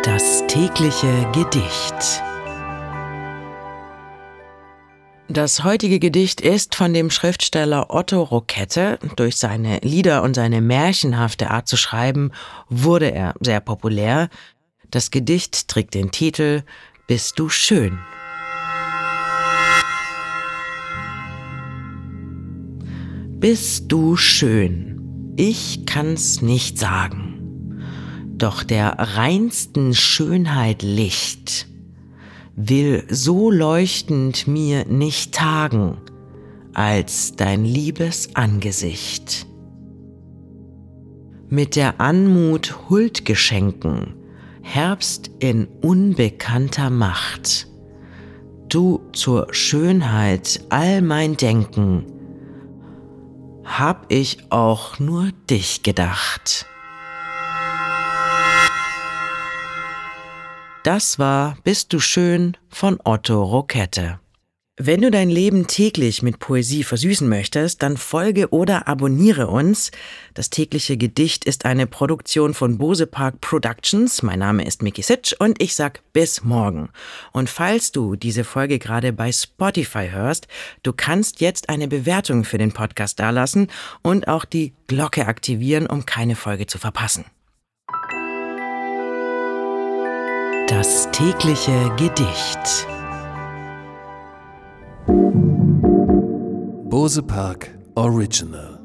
Das tägliche Gedicht. Das heutige Gedicht ist von dem Schriftsteller Otto Rockette. Durch seine Lieder und seine märchenhafte Art zu schreiben, wurde er sehr populär. Das Gedicht trägt den Titel »Bist du schön?« Bist du schön? Ich kann's nicht sagen. Doch der reinsten Schönheit Licht will so leuchtend mir nicht tagen, als dein liebes Angesicht. Mit der Anmut Huldgeschenken, Herbst in unbekannter Macht. Du zur Schönheit all mein Denken, hab ich auch nur dich gedacht. Das war »Bist du schön« von Otto Rockette. Wenn du dein Leben täglich mit Poesie versüßen möchtest, dann folge oder abonniere uns. Das tägliche Gedicht ist eine Produktion von Bose Park Productions. Mein Name ist Miki Sitsch und ich sag bis morgen. Und falls du diese Folge gerade bei Spotify hörst, du kannst jetzt eine Bewertung für den Podcast dalassen und auch die Glocke aktivieren, um keine Folge zu verpassen. Das tägliche Gedicht. Bose Park Original.